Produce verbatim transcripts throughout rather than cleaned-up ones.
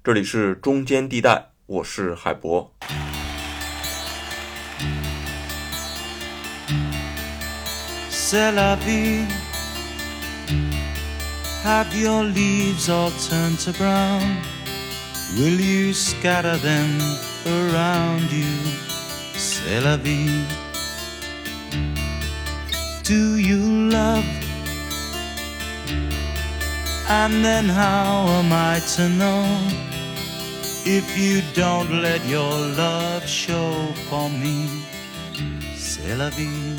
这里是中间地带，我是海博。C'est la vie. Have your leaves all turned to brown? Will you scatter them around you? C'est la vie. Do you love? And then how am I to know if you don't let your love show for me? C'est la vie.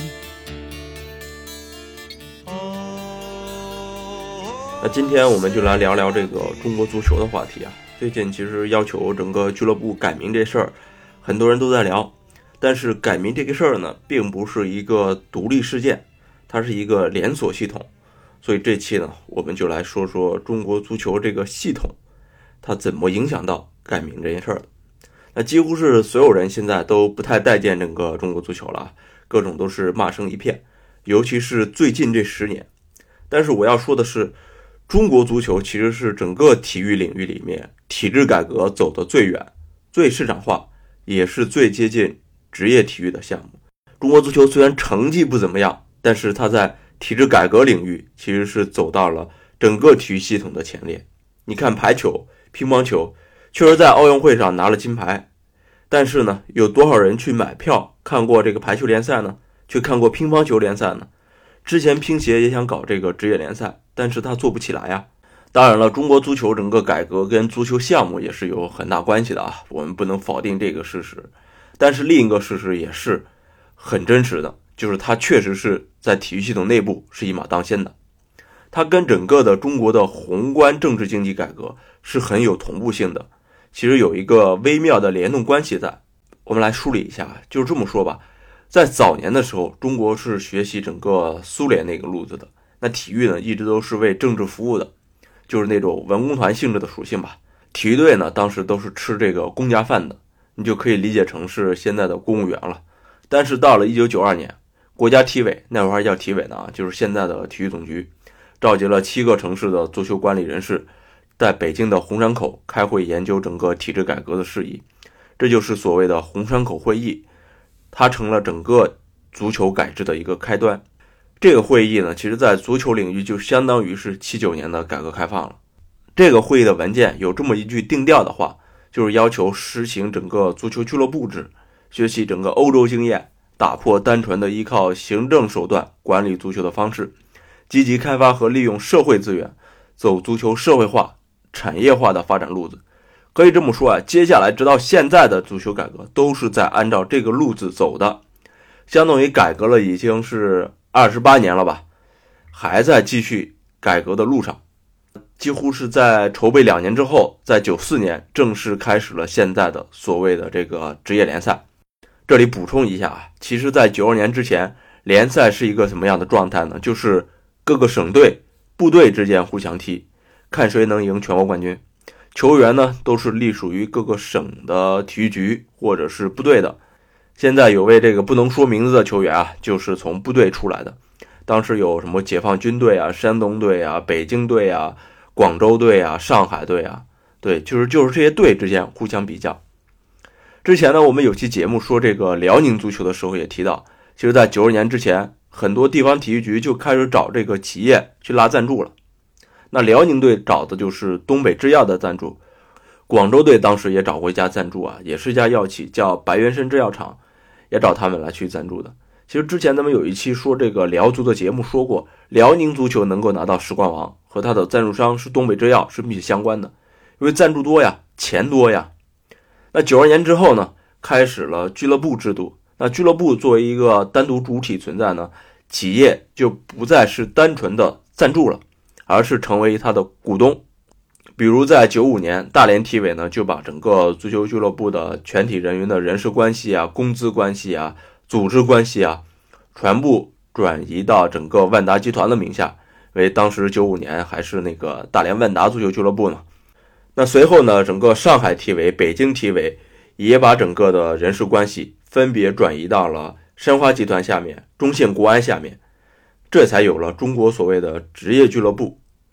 那今天我们就来聊聊这个中国足球的话题啊。最近其实要求整个俱乐部改名这事儿，很多人都在聊。但是改名这个事儿呢，并不是一个独立事件，它是一个连锁系统。所以这期呢，我们就来说说中国足球这个系统，它怎么影响到改名这件事儿的。那几乎是所有人现在都不太待见整个中国足球了，各种都是骂声一片，尤其是最近这十年。但是我要说的是，中国足球其实是整个体育领域里面体制改革走得最远、最市场化，也是最接近职业体育的项目。中国足球虽然成绩不怎么样，但是它在体制改革领域其实是走到了整个体育系统的前列。你看排球、乒乓球确实在奥运会上拿了金牌，但是呢，有多少人去买票看过这个排球联赛呢？去看过乒乓球联赛呢？之前乒协也想搞这个职业联赛，但是他做不起来呀。当然了，中国足球整个改革跟足球项目也是有很大关系的啊，我们不能否定这个事实。但是另一个事实也是很真实的，就是它确实是在体育系统内部是一马当先的，它跟整个的中国的宏观政治经济改革是很有同步性的，其实有一个微妙的联动关系在。我们来梳理一下，就是这么说吧，在早年的时候，中国是学习整个苏联那个路子的，那体育呢一直都是为政治服务的，就是那种文工团性质的属性吧。体育队呢当时都是吃这个公家饭的，你就可以理解成是现在的公务员了。但是到了一九九二年，国家体委，那会儿还叫体委呢，就是现在的体育总局，召集了七个城市的足球管理人士，在北京的红山口开会研究整个体制改革的事宜，这就是所谓的红山口会议，它成了整个足球改制的一个开端。这个会议呢，其实在足球领域就相当于是七九年的改革开放了。这个会议的文件有这么一句定调的话，就是要求实行整个足球俱乐部制，学习整个欧洲经验，打破单纯的依靠行政手段管理足球的方式，积极开发和利用社会资源，走足球社会化、产业化的发展路子。可以这么说啊，接下来直到现在的足球改革都是在按照这个路子走的，相当于改革了已经是二十八年了吧，还在继续改革的路上。几乎是在筹备两年之后，在九四年正式开始了现在的所谓的这个职业联赛。这里补充一下啊，其实在九二年之前，联赛是一个什么样的状态呢？就是各个省队、部队之间互相踢，看谁能赢全国冠军。球员呢都是隶属于各个省的体育局或者是部队的。现在有位这个不能说名字的球员啊，就是从部队出来的。当时有什么解放军队啊、山东队啊、北京队啊、广州队啊、上海队啊，对，就是就是这些队之间互相比较。之前呢，我们有期节目说这个辽宁足球的时候也提到，其实在九十年之前，很多地方体育局就开始找这个企业去拉赞助了。那辽宁队找的就是东北制药的赞助，广州队当时也找过一家赞助啊，也是一家药企叫白元参制药厂，也找他们来去赞助的。其实之前咱们有一期说这个辽足的节目说过，辽宁足球能够拿到世冠王和他的赞助商是东北制药是密切相关的，因为赞助多呀，钱多呀。那九二年之后呢，开始了俱乐部制度。那俱乐部作为一个单独主体存在呢，企业就不再是单纯的赞助了，而是成为它的股东。比如在九五年，大连体委呢就把整个足球俱乐部的全体人员的人事关系啊、工资关系啊、组织关系啊，全部转移到整个万达集团的名下，因为当时九五年还是那个大连万达足球俱乐部呢。那随后呢，整个上海体委、北京体委也把整个的人事关系分别转移到了申花集团下面、中信国安下面，这才有了中国所谓的职业俱乐部。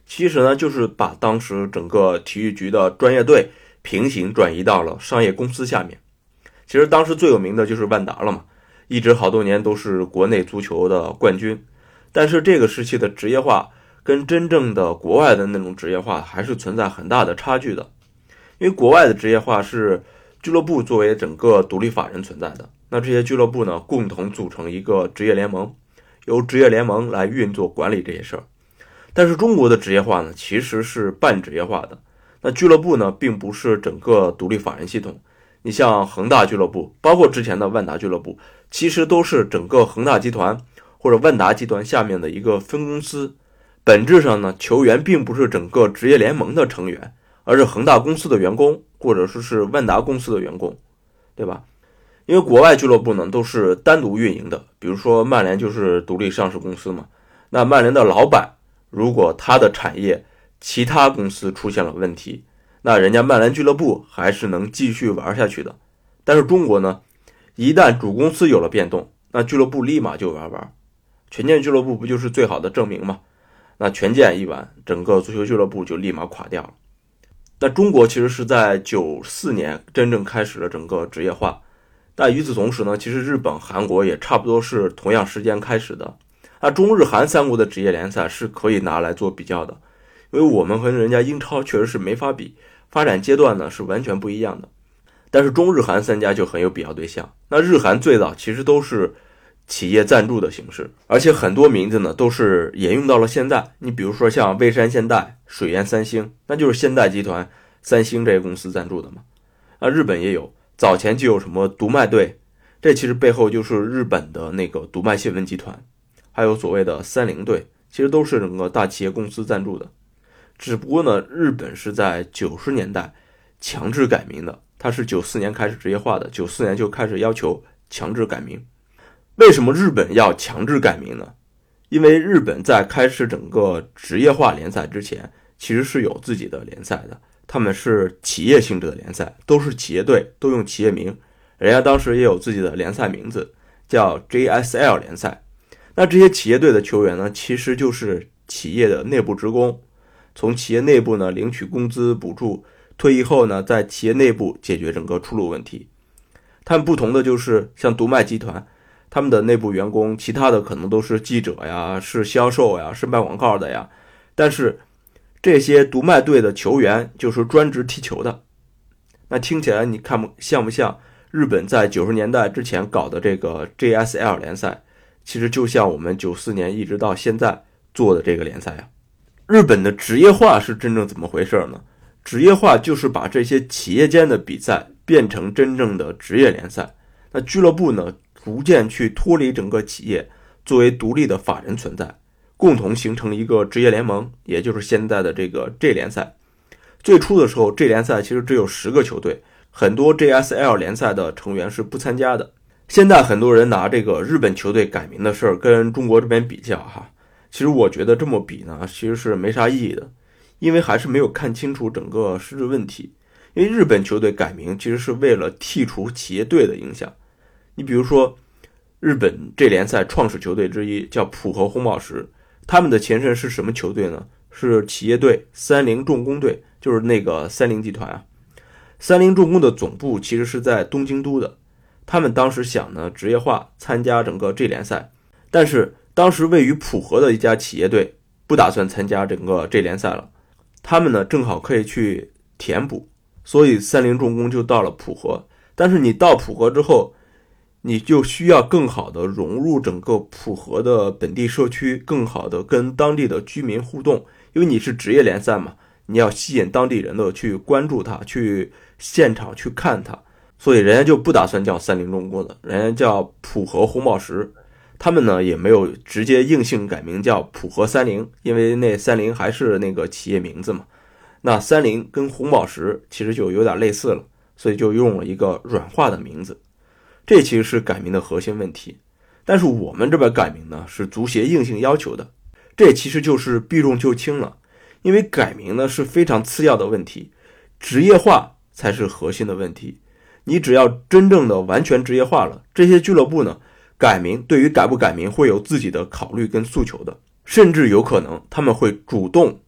其实呢，就是把当时整个体育局的专业队平行转移到了商业公司下面。其实当时最有名的就是万达了嘛，一直好多年都是国内足球的冠军。但是这个时期的职业化跟真正的国外的那种职业化还是存在很大的差距的。因为国外的职业化是俱乐部作为整个独立法人存在的，那这些俱乐部呢共同组成一个职业联盟，由职业联盟来运作管理这些事儿。但是中国的职业化呢其实是半职业化的，那俱乐部呢并不是整个独立法人系统。你像恒大俱乐部，包括之前的万达俱乐部，其实都是整个恒大集团或者万达集团下面的一个分公司。本质上呢，球员并不是整个职业联盟的成员，而是恒大公司的员工，或者说是万达公司的员工，对吧？因为国外俱乐部呢都是单独运营的，比如说曼联就是独立上市公司嘛。那曼联的老板如果他的产业其他公司出现了问题，那人家曼联俱乐部还是能继续玩下去的。但是中国呢，一旦主公司有了变动，那俱乐部立马就玩玩。权健俱乐部不就是最好的证明吗？那权健一完，整个足球俱乐部就立马垮掉了。那中国其实是在九四年真正开始了整个职业化，但与此同时呢，其实日本、韩国也差不多是同样时间开始的。那中日韩三国的职业联赛是可以拿来做比较的，因为我们和人家英超确实是没法比，发展阶段呢是完全不一样的。但是中日韩三家就很有比较对象。那日韩最早其实都是企业赞助的形式，而且很多名字呢都是沿用到了现在。你比如说像蔚山现代、水源三星，那就是现代集团、三星这个公司赞助的嘛。那日本也有，早前就有什么读卖队，这其实背后就是日本的那个读卖新闻集团，还有所谓的三菱队，其实都是整个大企业公司赞助的。只不过呢，日本是在九十年代强制改名的，它是九四年开始职业化的，九四年就开始要求强制改名。为什么日本要强制改名呢？因为日本在开始整个职业化联赛之前，其实是有自己的联赛的，他们是企业性质的联赛，都是企业队，都用企业名。人家当时也有自己的联赛名字，叫 J S L 联赛。那这些企业队的球员呢，其实就是企业的内部职工，从企业内部呢领取工资补助，退役后呢在企业内部解决整个出路问题。他们不同的就是像读卖集团，他们的内部员工其他的可能都是记者呀，是销售呀，是卖广告的呀，但是这些读卖队的球员就是专职踢球的。那听起来你看不像不像日本在九十年代之前搞的这个 J S L 联赛，其实就像我们九四年一直到现在做的这个联赛啊。日本的职业化是真正怎么回事呢？职业化就是把这些企业间的比赛变成真正的职业联赛。那俱乐部呢逐渐去脱离整个企业，作为独立的法人存在，共同形成一个职业联盟，也就是现在的这个 J 联赛。最初的时候 J 联赛其实只有十个球队，很多 J S L 联赛的成员是不参加的。现在很多人拿这个日本球队改名的事儿跟中国这边比较哈，其实我觉得这么比呢其实是没啥意义的，因为还是没有看清楚整个实质问题。因为日本球队改名其实是为了剔除企业队的影响。你比如说日本这联赛创始球队之一叫浦和红宝石，他们的前身是什么球队呢？是企业队三菱重工队，就是那个三菱集团啊。三菱重工的总部其实是在东京都的，他们当时想呢职业化参加整个这联赛，但是当时位于浦和的一家企业队不打算参加整个这联赛了，他们呢正好可以去填补，所以三菱重工就到了浦和。但是你到浦和之后，你就需要更好的融入整个浦和的本地社区，更好的跟当地的居民互动，因为你是职业联赛嘛，你要吸引当地人的去关注它，去现场去看它，所以人家就不打算叫三菱重工的，人家叫浦和红宝石。他们呢也没有直接硬性改名叫浦和三菱，因为那三菱还是那个企业名字嘛。那三菱跟红宝石其实就有点类似了，所以就用了一个软化的名字。这其实是改名的核心问题。但是我们这边改名呢是足协硬性要求的，这其实就是避重就轻了。因为改名呢是非常次要的问题，职业化才是核心的问题。你只要真正的完全职业化了，这些俱乐部呢改名对于改不改名会有自己的考虑跟诉求的，甚至有可能他们会主动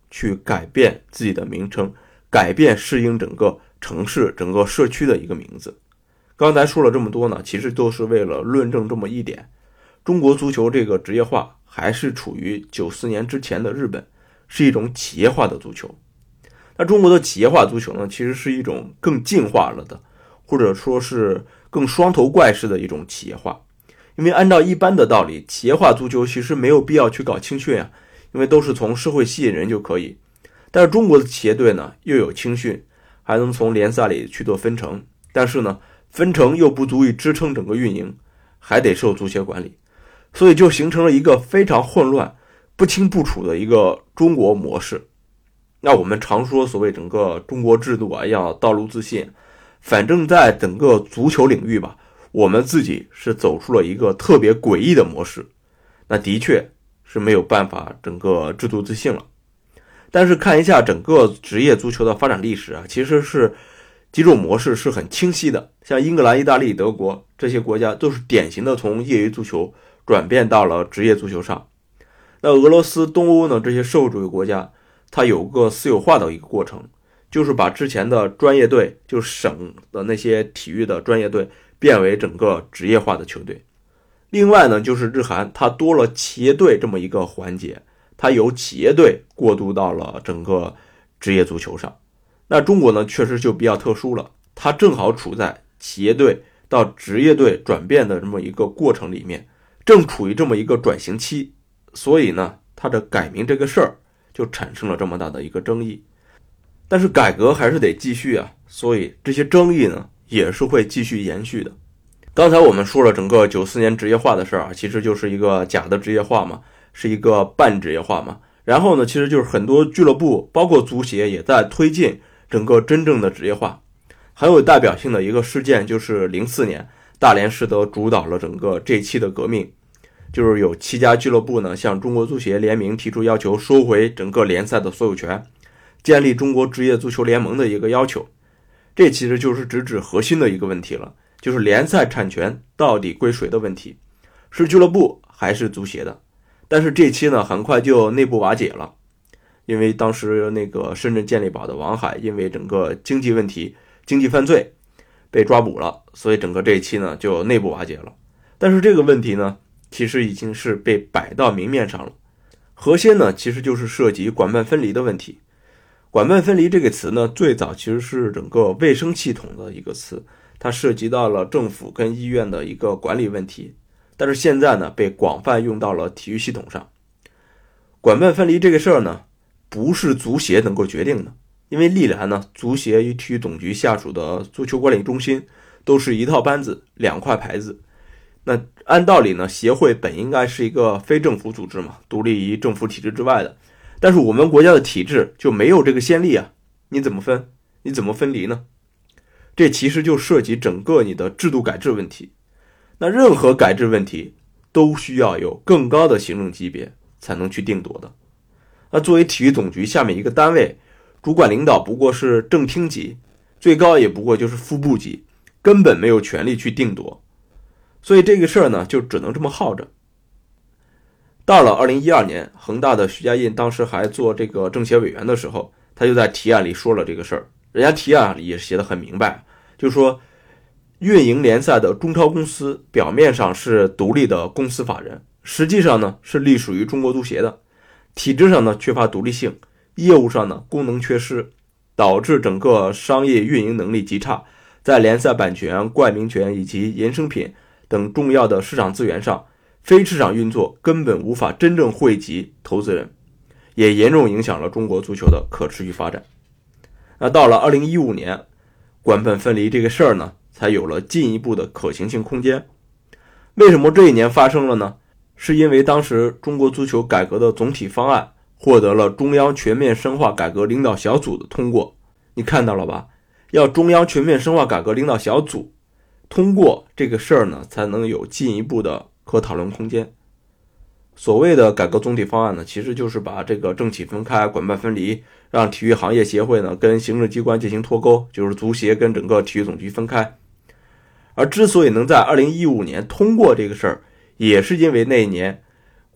去改变自己的名称，改变适应整个城市、整个社区的一个名字。刚才说了这么多呢，其实都是为了论证这么一点：中国足球这个职业化还是处于九四年之前的日本，是一种企业化的足球。那中国的企业化足球呢，其实是一种更进化了的，或者说是更双头怪式的一种企业化。因为按照一般的道理，企业化足球其实没有必要去搞青训啊，因为都是从社会吸引人就可以。但是中国的企业队呢，又有青训，还能从联赛里去做分成，但是呢，分成又不足以支撑整个运营，还得受足协管理，所以就形成了一个非常混乱、不清不楚的一个中国模式。那我们常说所谓整个中国制度啊，要道路自信，反正在整个足球领域吧，我们自己是走出了一个特别诡异的模式，那的确是没有办法整个制度自信了。但是看一下整个职业足球的发展历史啊，其实是几种模式是很清晰的，像英格兰、意大利、德国这些国家都是典型的从业余足球转变到了职业足球上。那俄罗斯、东欧呢，这些社会主义国家它有个私有化的一个过程，就是把之前的专业队，就是省的那些体育的专业队变为整个职业化的球队。另外呢，就是日韩它多了企业队这么一个环节，它由企业队过渡到了整个职业足球上。那中国呢，确实就比较特殊了，它正好处在企业队到职业队转变的这么一个过程里面，正处于这么一个转型期，所以呢，它的改名这个事儿就产生了这么大的一个争议。但是改革还是得继续啊，所以这些争议呢也是会继续延续的。刚才我们说了整个九四年职业化的事儿啊，其实就是一个假的职业化嘛，是一个半职业化嘛。然后呢，其实就是很多俱乐部包括足协也在推进整个真正的职业化。很有代表性的一个事件就是零四年大连实德主导了整个这期的革命，就是有七家俱乐部呢向中国足协联名提出要求收回整个联赛的所有权，建立中国职业足球联盟的一个要求。这其实就是直指核心的一个问题了，就是联赛产权到底归谁的问题，是俱乐部还是足协的。但是这期呢很快就内部瓦解了，因为当时那个深圳健力宝的王海因为整个经济问题、经济犯罪被抓捕了，所以整个这一期呢就内部瓦解了。但是这个问题呢其实已经是被摆到明面上了，核心呢其实就是涉及管办分离的问题。管办分离这个词呢，最早其实是整个卫生系统的一个词，它涉及到了政府跟医院的一个管理问题，但是现在呢被广泛用到了体育系统上。管办分离这个事儿呢，不是足协能够决定的，因为历来呢，足协与体育总局下属的足球管理中心都是一套班子、两块牌子。那按道理呢，协会本应该是一个非政府组织嘛，独立于政府体制之外的。但是我们国家的体制就没有这个先例啊，你怎么分？你怎么分离呢？这其实就涉及整个你的制度改制问题。那任何改制问题都需要有更高的行政级别才能去定夺的。那作为体育总局下面一个单位，主管领导不过是正厅级，最高也不过就是副部级，根本没有权利去定夺。所以这个事儿呢，就只能这么耗着。到了二零一二年，恒大的徐家印当时还做这个政协委员的时候，他就在提案里说了这个事儿。人家提案里也写得很明白，就是说运营联赛的中超公司表面上是独立的公司法人，实际上呢是隶属于中国足协的，体制上呢缺乏独立性，业务上呢功能缺失，导致整个商业运营能力极差，在联赛版权、冠名权以及衍生品等重要的市场资源上，非市场运作根本无法真正惠及投资人，也严重影响了中国足球的可持续发展。那到了二零一五年，管办分离这个事儿呢，才有了进一步的可行性空间。为什么这一年发生了呢？是因为当时中国足球改革的总体方案获得了中央全面深化改革领导小组的通过。你看到了吧？要中央全面深化改革领导小组通过这个事儿呢，才能有进一步的可讨论空间。所谓的改革总体方案呢，其实就是把这个政企分开、管办分离，让体育行业协会呢跟行政机关进行脱钩，就是足协跟整个体育总局分开。而之所以能在二零一五年通过这个事儿，也是因为那一年国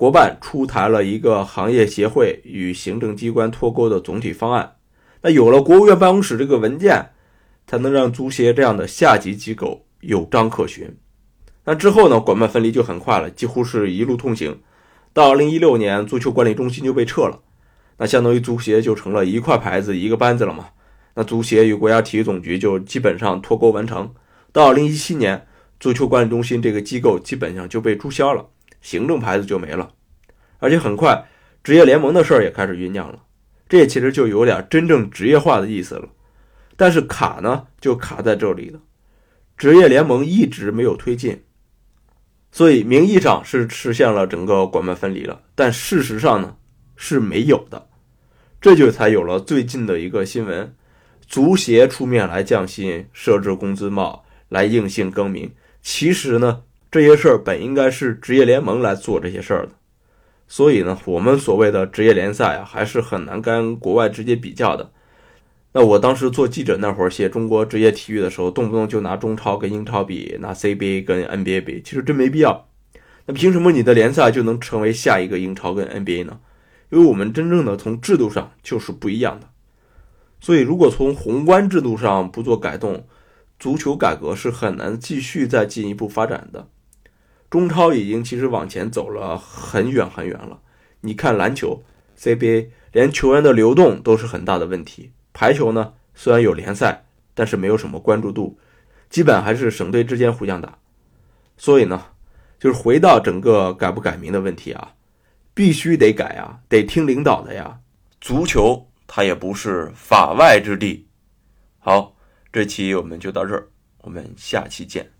国办出台了一个行业协会与行政机关脱钩的总体方案。那有了国务院办公室这个文件，才能让足协这样的下级机构有章可循。那之后呢，管办分离就很快了，几乎是一路通行。到二零一六年，足球管理中心就被撤了，那相当于足协就成了一块牌子一个班子了嘛。那足协与国家体育总局就基本上脱钩完成。到二零一七年，足球管理中心这个机构基本上就被注销了，行政牌子就没了。而且很快，职业联盟的事儿也开始酝酿了，这也其实就有点真正职业化的意思了。但是卡呢，就卡在这里了，职业联盟一直没有推进。所以名义上是实现了整个管办分离了，但事实上呢是没有的。这就才有了最近的一个新闻，足协出面来降薪，设置工资帽，来硬性更名。其实呢，这些事儿本应该是职业联盟来做这些事儿的。所以呢，我们所谓的职业联赛啊，还是很难跟国外直接比较的。那我当时做记者那会儿写中国职业体育的时候，动不动就拿中超跟英超比，拿 C B A 跟 N B A 比，其实真没必要。那凭什么你的联赛就能成为下一个英超跟 N B A 呢？因为我们真正的从制度上就是不一样的。所以如果从宏观制度上不做改动，足球改革是很难继续再进一步发展的。中超已经其实往前走了很远很远了。你看篮球 C B A 连球员的流动都是很大的问题。排球呢，虽然有联赛，但是没有什么关注度，基本还是省队之间互相打。所以呢，就是回到整个改不改名的问题啊，必须得改啊，得听领导的呀。足球它也不是法外之地。好，这期我们就到这儿，我们下期见。